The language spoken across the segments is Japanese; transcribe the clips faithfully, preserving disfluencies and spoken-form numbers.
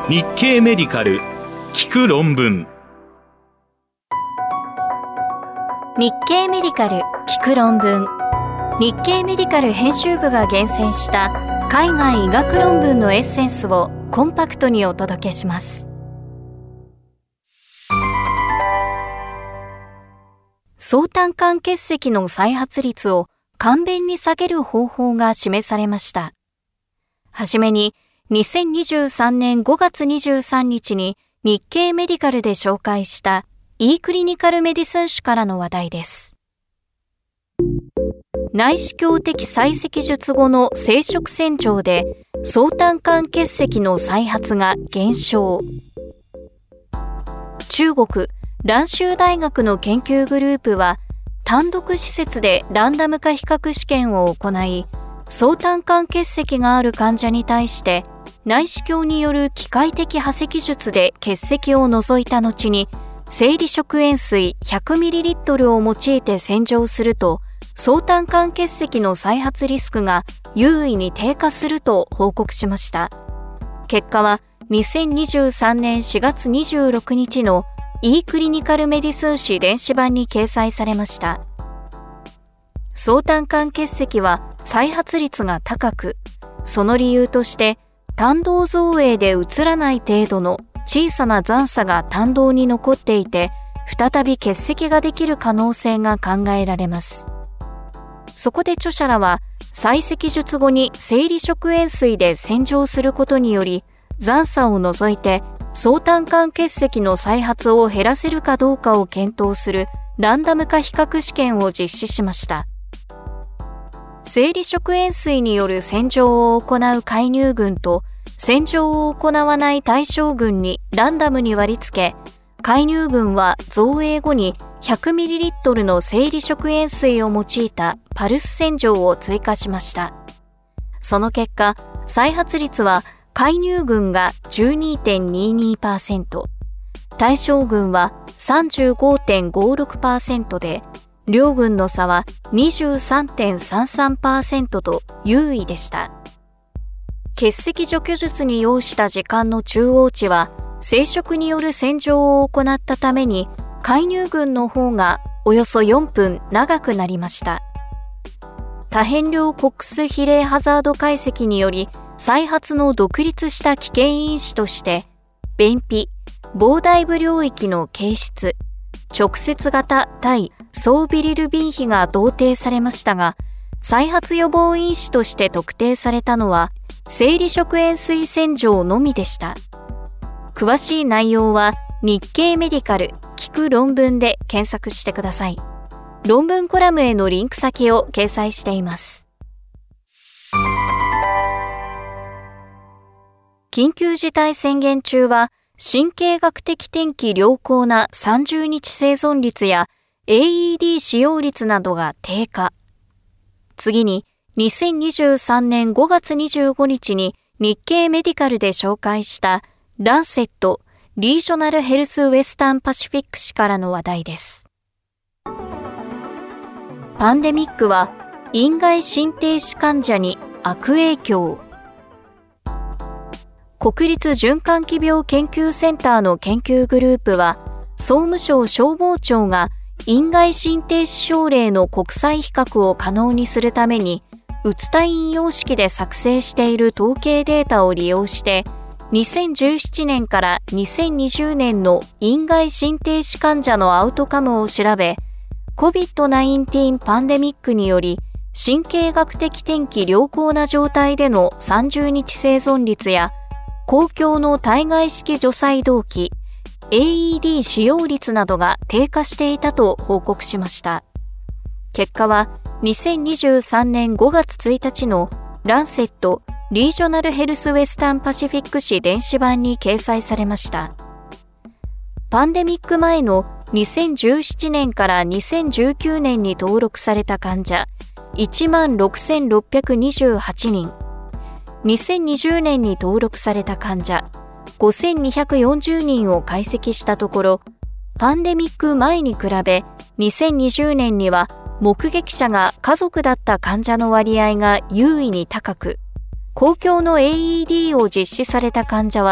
日経メディカル聞く論文。 日経メディカル聞く論文。日経メディカル編集部が厳選した海外医学論文のエッセンスをコンパクトにお届けします。総胆管結石の再発率を簡便に下げる方法が示されました。はじめににせんにじゅうさんねんごがつにじゅうさんにちに日経メディカルで紹介した e クリニカルメディスン誌からの話題です。内視鏡的採石術後の生殖洗浄で総胆管結石の再発が減少。中国蘭州大学の研究グループは単独施設でランダム化比較試験を行い、総胆管結石がある患者に対して内視鏡による機械的破石術で結石を除いた後に生理食塩水 ひゃくミリリットル を用いて洗浄すると、総胆管結石の再発リスクが優位に低下すると報告しました。結果はにせんにじゅうさんねんしがつにじゅうろくにちの e クリニカルメディスン誌電子版に掲載されました。総胆管結石は再発率が高く、その理由として胆道造影で映らない程度の小さな残渣が胆道に残っていて、再び結石ができる可能性が考えられます。そこで著者らは採石術後に生理食塩水で洗浄することにより残渣を除いて総胆管結石の再発を減らせるかどうかを検討するランダム化比較試験を実施しました。生理食塩水による洗浄を行う介入群と洗浄を行わない対象群にランダムに割り付け、介入群は造影後に ひゃくミリリットル の生理食塩水を用いたパルス洗浄を追加しました。その結果、再発率は介入群が じゅうにてんにじゅうにパーセント、対象群は さんじゅうごてんごろくパーセント で、両群の差は にじゅうさんてんさんさんパーセント と優位でした。結石除去術に要した時間の中央値は生殖による洗浄を行ったために介入群の方がおよそよんぷん長くなりました。多変量コックス比例ハザード解析により再発の独立した危険因子として便秘、房代部領域の形質、直接型対総ビリルビン比が同定されましたが、再発予防因子として特定されたのは生理食塩水洗浄のみでした。詳しい内容は日経メディカル聞く論文で検索してください。論文コラムへのリンク先を掲載しています。緊急事態宣言中は神経学的天気良好なさんじゅうにち生存率や エーイーディー 使用率などが低下。次ににせんにじゅうさんねんごがつにじゅうごにちに日経メディカルで紹介したランセットリージョナルヘルスウェスタンパシフィック誌からの話題です。パンデミックは院外心停止患者に悪影響。国立循環器病研究センターの研究グループは、総務省消防庁が院外心停止症例の国際比較を可能にするために、うつ単位様式で作成している統計データを利用して、にせんじゅうななねんからにせんにじゅうねんの院外心停止患者のアウトカムを調べ、コビッドナインティーン パンデミックにより、神経学的天気良好な状態でのさんじゅうにち生存率や、公共の体外式除細動器 エーイーディー 使用率などが低下していたと報告しました。結果はにせんにじゅうさんねんごがつついたちのランセットリージョナルヘルスウェスタンパシフィック誌電子版に掲載されました。パンデミック前のにせんじゅうななねんからにせんじゅうきゅうねんに登録された患者いちまんろくせんろっぴゃくにじゅうはちにん、にせんにじゅうねんに登録された患者ごせんにひゃくよんじゅうにんを解析したところ、パンデミック前に比べにせんにじゅうねんには目撃者が家族だった患者の割合が優位に高く、公共の エーイーディー を実施された患者は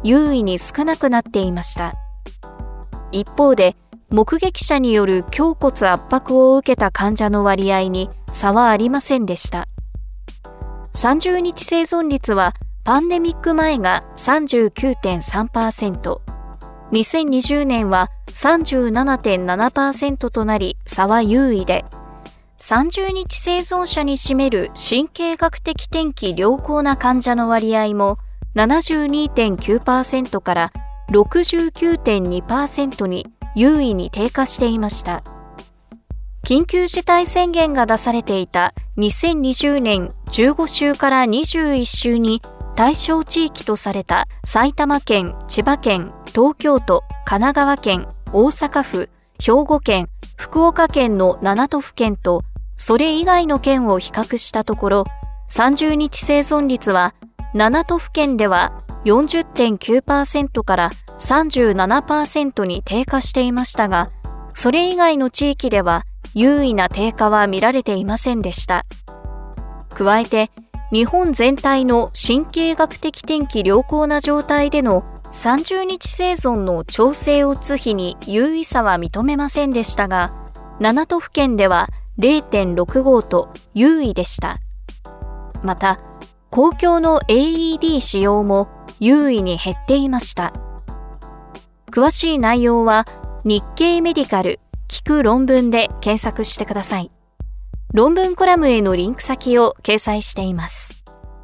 優位に少なくなっていました。一方で、目撃者による胸骨圧迫を受けた患者の割合に差はありませんでした。さんじゅうにち生存率はパンデミック前が さんじゅうきゅうてんさんパーセント、にせんにじゅうねんは さんじゅうななてんななパーセント となり差は優位で、さんじゅうにち生存者に占める神経学的天気良好な患者の割合も ななじゅうにてんきゅうパーセント から ろくじゅうきゅうてんにパーセント に優位に低下していました。緊急事態宣言が出されていたにせんにじゅうねんじゅうごしゅうからにじゅういっしゅうに対象地域とされた埼玉県、千葉県、東京都、神奈川県、大阪府、兵庫県、福岡県のななとふけんとそれ以外の県を比較したところ、さんじゅうにち生存率はななとふけんでは よんじゅってんきゅうパーセント から さんじゅうななパーセント に低下していましたが、それ以外の地域では優位な低下は見られていませんでした。加えて、日本全体の神経学的天気良好な状態でのさんじゅうにち生存の調整オッズ比に優位差は認めませんでしたが、ななとふけんでは れいてんろくご と優位でした。また、公共の エーイーディー 使用も優位に減っていました。詳しい内容は日経メディカル聞く論文で検索してください。論文コラムへのリンク先を掲載しています。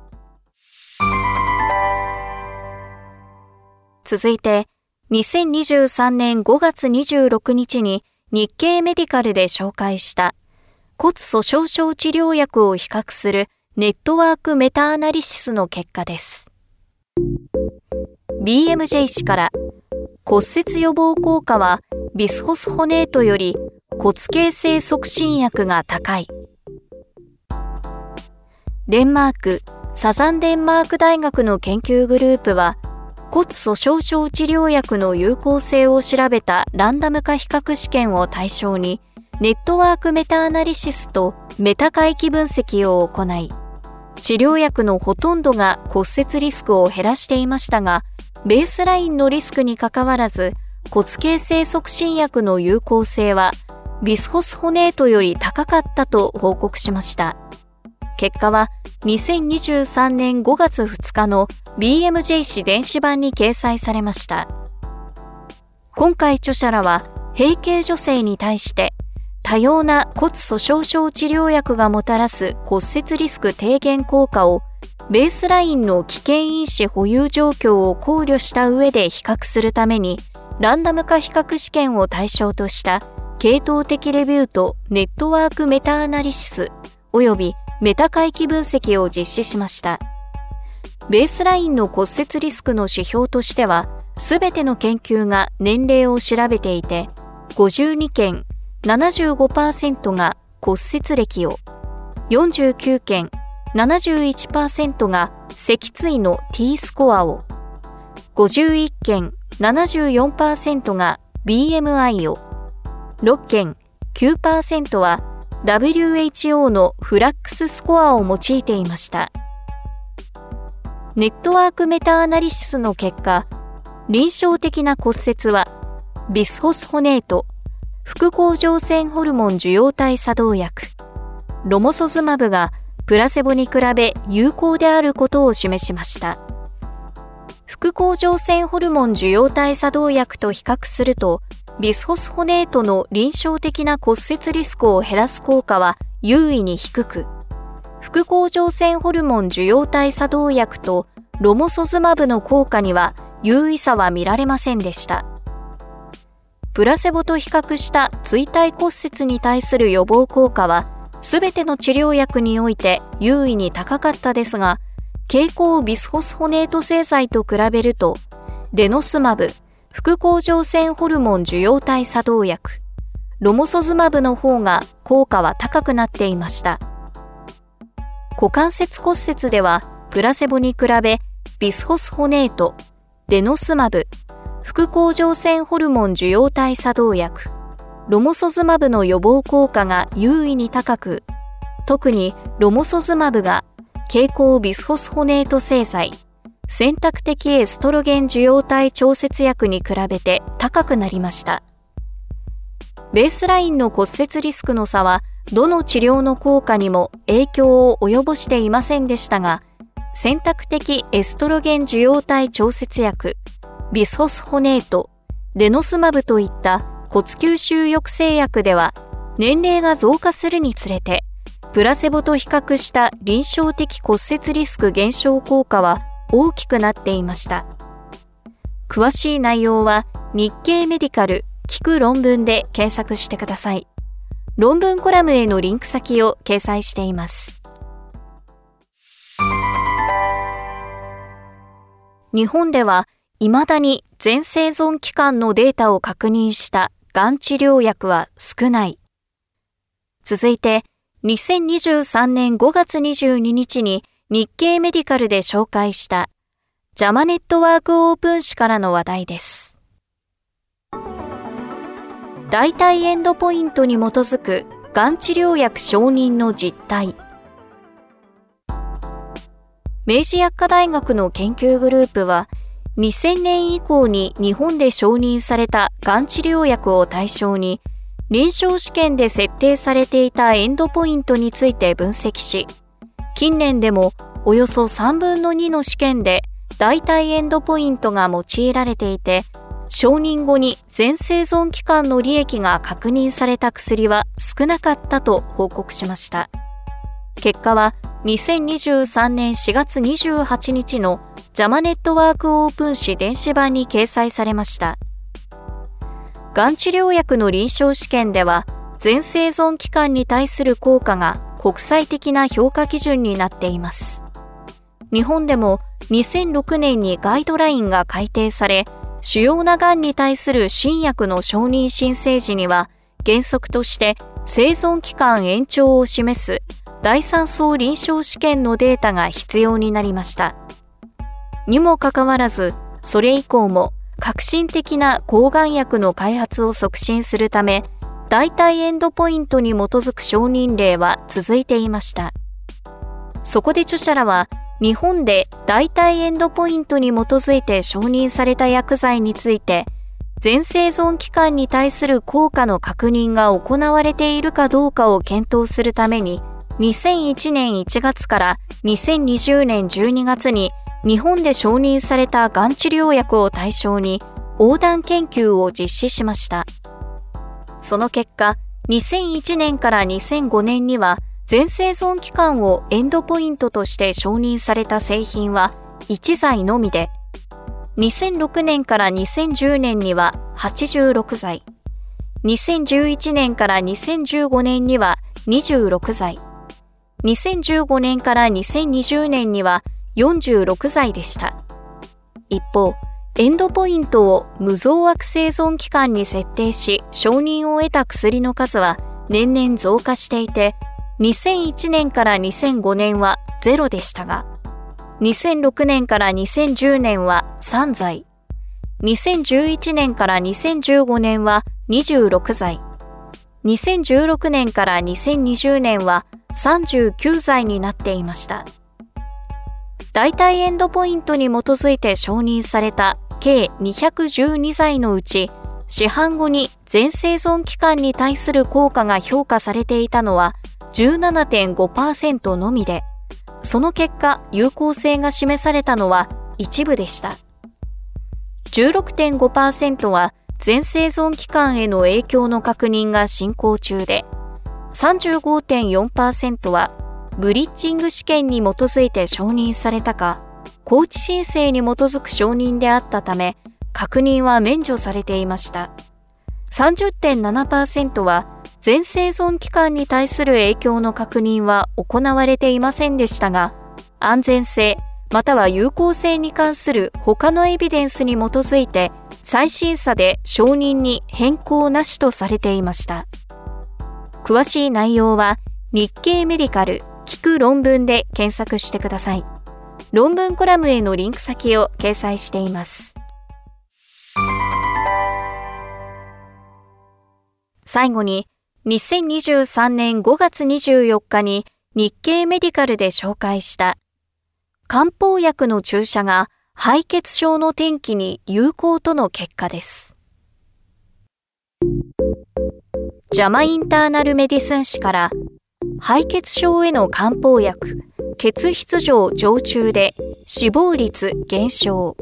続いて、にせんにじゅうさんねんごがつにじゅうろくにちに日経メディカルで紹介した骨粗しょう症治療薬を比較するネットワークメタアナリシスの結果です。ビーエムジェー 氏から骨折予防効果はビスホスホネートより骨形成促進薬が高い。デンマーク、サザンデンマーク大学の研究グループは骨粗しょう症治療薬の有効性を調べたランダム化比較試験を対象にネットワークメタアナリシスとメタ回帰分析を行い、治療薬のほとんどが骨折リスクを減らしていましたが、ベースラインのリスクにかかわらず骨形成促進薬の有効性はビスホスホネートより高かったと報告しました。結果はにせんにじゅうさんねんごがつふつかの ビーエムジェー 誌電子版に掲載されました。今回著者らは閉経女性に対して多様な骨粗しょう症治療薬がもたらす骨折リスク低減効果をベースラインの危険因子保有状況を考慮した上で比較するためにランダム化比較試験を対象とした系統的レビューとネットワークメタアナリシス及びメタ回帰分析を実施しました。ベースラインの骨折リスクの指標としては、すべての研究が年齢を調べていて、ごじゅうにけん、ななじゅうごパーセント が骨折歴を、よんじゅうきゅうけん、ななじゅういちパーセント が脊椎の T スコアを、ごじゅういっけん、ななじゅうよんパーセント が ビーエムアイ を、ろっけん、きゅうパーセント はダブリューエイチオー のフラックススコアを用いていました。ネットワークメタアナリシスの結果、臨床的な骨折はビスホスホネート、副甲状腺ホルモン受容体作動薬、ロモソズマブがプラセボに比べ有効であることを示しました。副甲状腺ホルモン受容体作動薬と比較すると、ビスホスホネートの臨床的な骨折リスクを減らす効果は優位に低く、副甲状腺ホルモン受容体作動薬とロモソズマブの効果には優位差は見られませんでした。プラセボと比較した椎体骨折に対する予防効果は、すべての治療薬において優位に高かったですが、経口ビスホスホネート製剤と比べると、デノスマブ、副甲状腺ホルモン受容体作動薬、ロモソズマブの方が効果は高くなっていました。股関節骨折では、プラセボに比べ、ビスホスホネート、デノスマブ、副甲状腺ホルモン受容体作動薬、ロモソズマブの予防効果が優位に高く、特にロモソズマブが経口ビスホスホネート製剤、 選択的エストロゲン受容体調節薬に比べて高くなりました。ベースラインの骨折リスクの差はどの治療の効果にも影響を及ぼしていませんでしたが、選択的エストロゲン受容体調節薬、ビスホスホネート、デノスマブといった骨吸収抑制薬では年齢が増加するにつれてプラセボと比較した臨床的骨折リスク減少効果は大きくなっていました。詳しい内容は日経メディカル聞く論文で検索してください。論文コラムへのリンク先を掲載しています。日本では未だに全生存期間のデータを確認したがん治療薬は少ない。続いて、にせんにじゅうさんねんごがつにじゅうににちに日経メディカルで紹介したジャマネットワークオープン誌からの話題です。代替エンドポイントに基づくがん治療薬承認の実態。明治薬科大学の研究グループは、にせんねん以降に日本で承認されたがん治療薬を対象に、臨床試験で設定されていたエンドポイントについて分析し、近年でもおよそさんぶんのにの試験で代替エンドポイントが用いられていて、承認後に全生存期間の利益が確認された薬は少なかったと報告しました。結果はにせんにじゅうさんねんしがつにじゅうはちにちのジャマネットワークオープン誌電子版に掲載されました。がん治療薬の臨床試験では、全生存期間に対する効果が国際的な評価基準になっています。日本でもにせんろくねんにガイドラインが改定され、主要ながんに対する新薬の承認申請時には、原則として生存期間延長を示すだいさんそう臨床試験のデータが必要になりました。にもかかわらず、それ以降も革新的な抗がん薬の開発を促進するため、代替エンドポイントに基づく承認例は続いていました。そこで著者らは、日本で代替エンドポイントに基づいて承認された薬剤について、全生存期間に対する効果の確認が行われているかどうかを検討するために、にせんいちねんいちがつからにせんにじゅうねんじゅうにがつに日本で承認されたがん治療薬を対象に横断研究を実施しました。その結果、にせんいちねんからにせんごねんには全生存期間をエンドポイントとして承認された製品はいちざいのみで、にせんろくねんからにせんじゅうねんにははちじゅうろくざい、にせんじゅういちねんからにせんじゅうごねんにはにじゅうろくざい、にせんじゅうごねんからにせんにじゅうねんにはよんじゅうろくざいでした。一方、エンドポイントを無増悪生存期間に設定し承認を得た薬の数は年々増加していて、にせんいちねんからにせんごねんはゼロでしたが、にせんろくねんからにせんじゅうねんはさんざい、にせんじゅういちねんからにせんじゅうごねんはにじゅうろくざい、にせんじゅうろくねんからにせんにじゅうねんはさんじゅうきゅうざいになっていました。代替エンドポイントに基づいて承認された計にひゃくじゅうにざいのうち、市販後に全生存期間に対する効果が評価されていたのは じゅうななてんごパーセント のみで、その結果有効性が示されたのは一部でした。じゅうろくてんごパーセント は全生存期間への影響の確認が進行中で、さんじゅうごてんよんパーセント はブリッジング試験に基づいて承認されたか、高知申請に基づく承認であったため、確認は免除されていました。さんじゅってんななパーセント は全生存期間に対する影響の確認は行われていませんでしたが、安全性または有効性に関する他のエビデンスに基づいて再審査で承認に変更なしとされていました。詳しい内容は日経メディカル聞く論文で検索してください。論文コラムへのリンク先を掲載しています。最後に、にせんにじゅうさんねんごがつにじゅうよっかに日経メディカルで紹介した漢方薬の注射が敗血症の転機に有効との結果です。ジャマインターナルメディスン誌から敗血症への漢方薬血質上常駐で死亡率減少。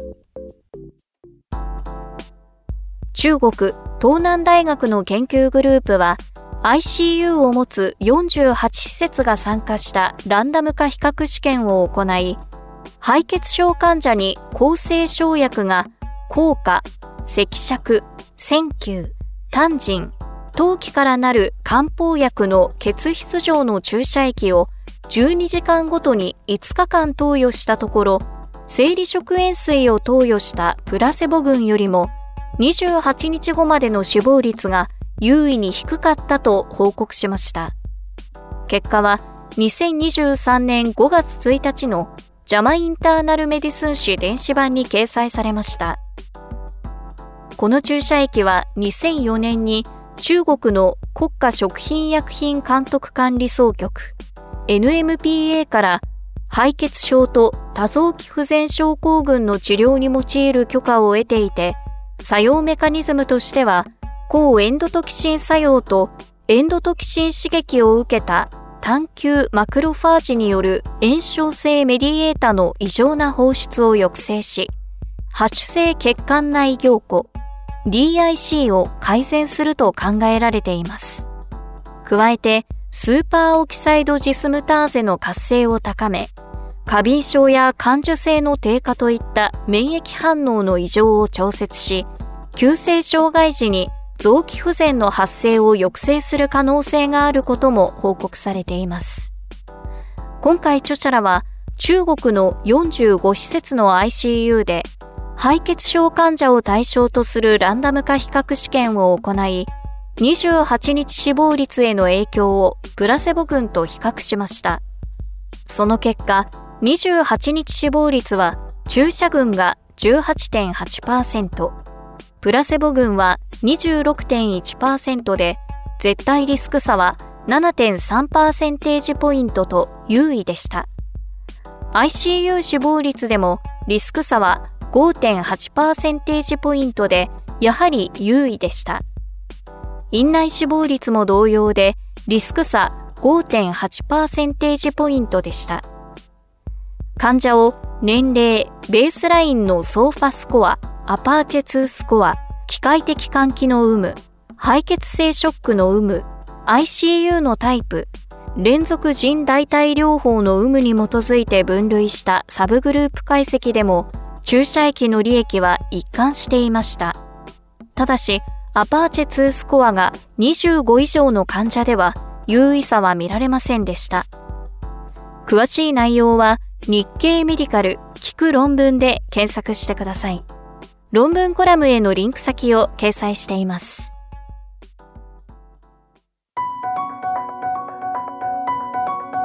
中国東南大学の研究グループは アイシーユー を持つよんじゅうはちしせつが参加したランダム化比較試験を行い、敗血症患者に抗生生薬が効果、赤芍、線球、丹腎、当帰からなる漢方薬の血質上の注射液をじゅうにじかんごとにいつかかん投与したところ、生理食塩水を投与したプラセボ群よりもにじゅうはちにちごまでの死亡率が優位に低かったと報告しました。結果はにせんにじゅうさんねんごがつついたちのジャマインターナルメディスン誌電子版に掲載されました。この注射液はにせんよねんに中国の国家食品薬品監督管理総局 エヌエムピーエー から敗血症と多臓器不全症候群の治療に用いる許可を得ていて、作用メカニズムとしては抗エンドトキシン作用とエンドトキシン刺激を受けた単球マクロファージによる炎症性メディエータの異常な放出を抑制し、播種性血管内凝固 ディーアイシー を改善すると考えられています。加えてスーパーオキサイドジスムターゼの活性を高め、過敏症や感受性の低下といった免疫反応の異常を調節し、急性障害時に臓器不全の発生を抑制する可能性があることも報告されています。今回著者らは中国のよんじゅうごしせつの アイシーユー で敗血症患者を対象とするランダム化比較試験を行い、にじゅうはちにち死亡率への影響をプラセボ群と比較しました。その結果、にじゅうはちにち死亡率は注射群が じゅうはちてんはちパーセント、プラセボ群は にじゅうろくてんいちパーセント で、絶対リスク差は ななてんさんパーセンテージポイントと優位でした。アイシーユー 死亡率でもリスク差は ごてんはちパーセンテージポイントで、やはり優位でした。院内死亡率も同様で、リスク差 ごてんはちパーセンテージポイントでした。患者を年齢、ベースラインのソーファスコア、アパーチェツースコア、機械的換気の有無、敗血性ショックの有無、アイシーユー のタイプ、連続腎代替療法の有無に基づいて分類したサブグループ解析でも、注射液の利益は一貫していました。ただし、アパーチェツースコアがにじゅうごいじょうの患者では優位差は見られませんでした。詳しい内容は日経メディカル聞く論文で検索してください。論文コラムへのリンク先を掲載しています。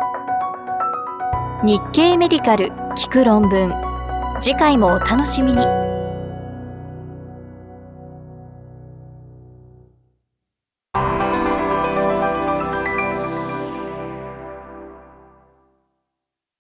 日経メディカル聞く論文。次回もお楽しみに。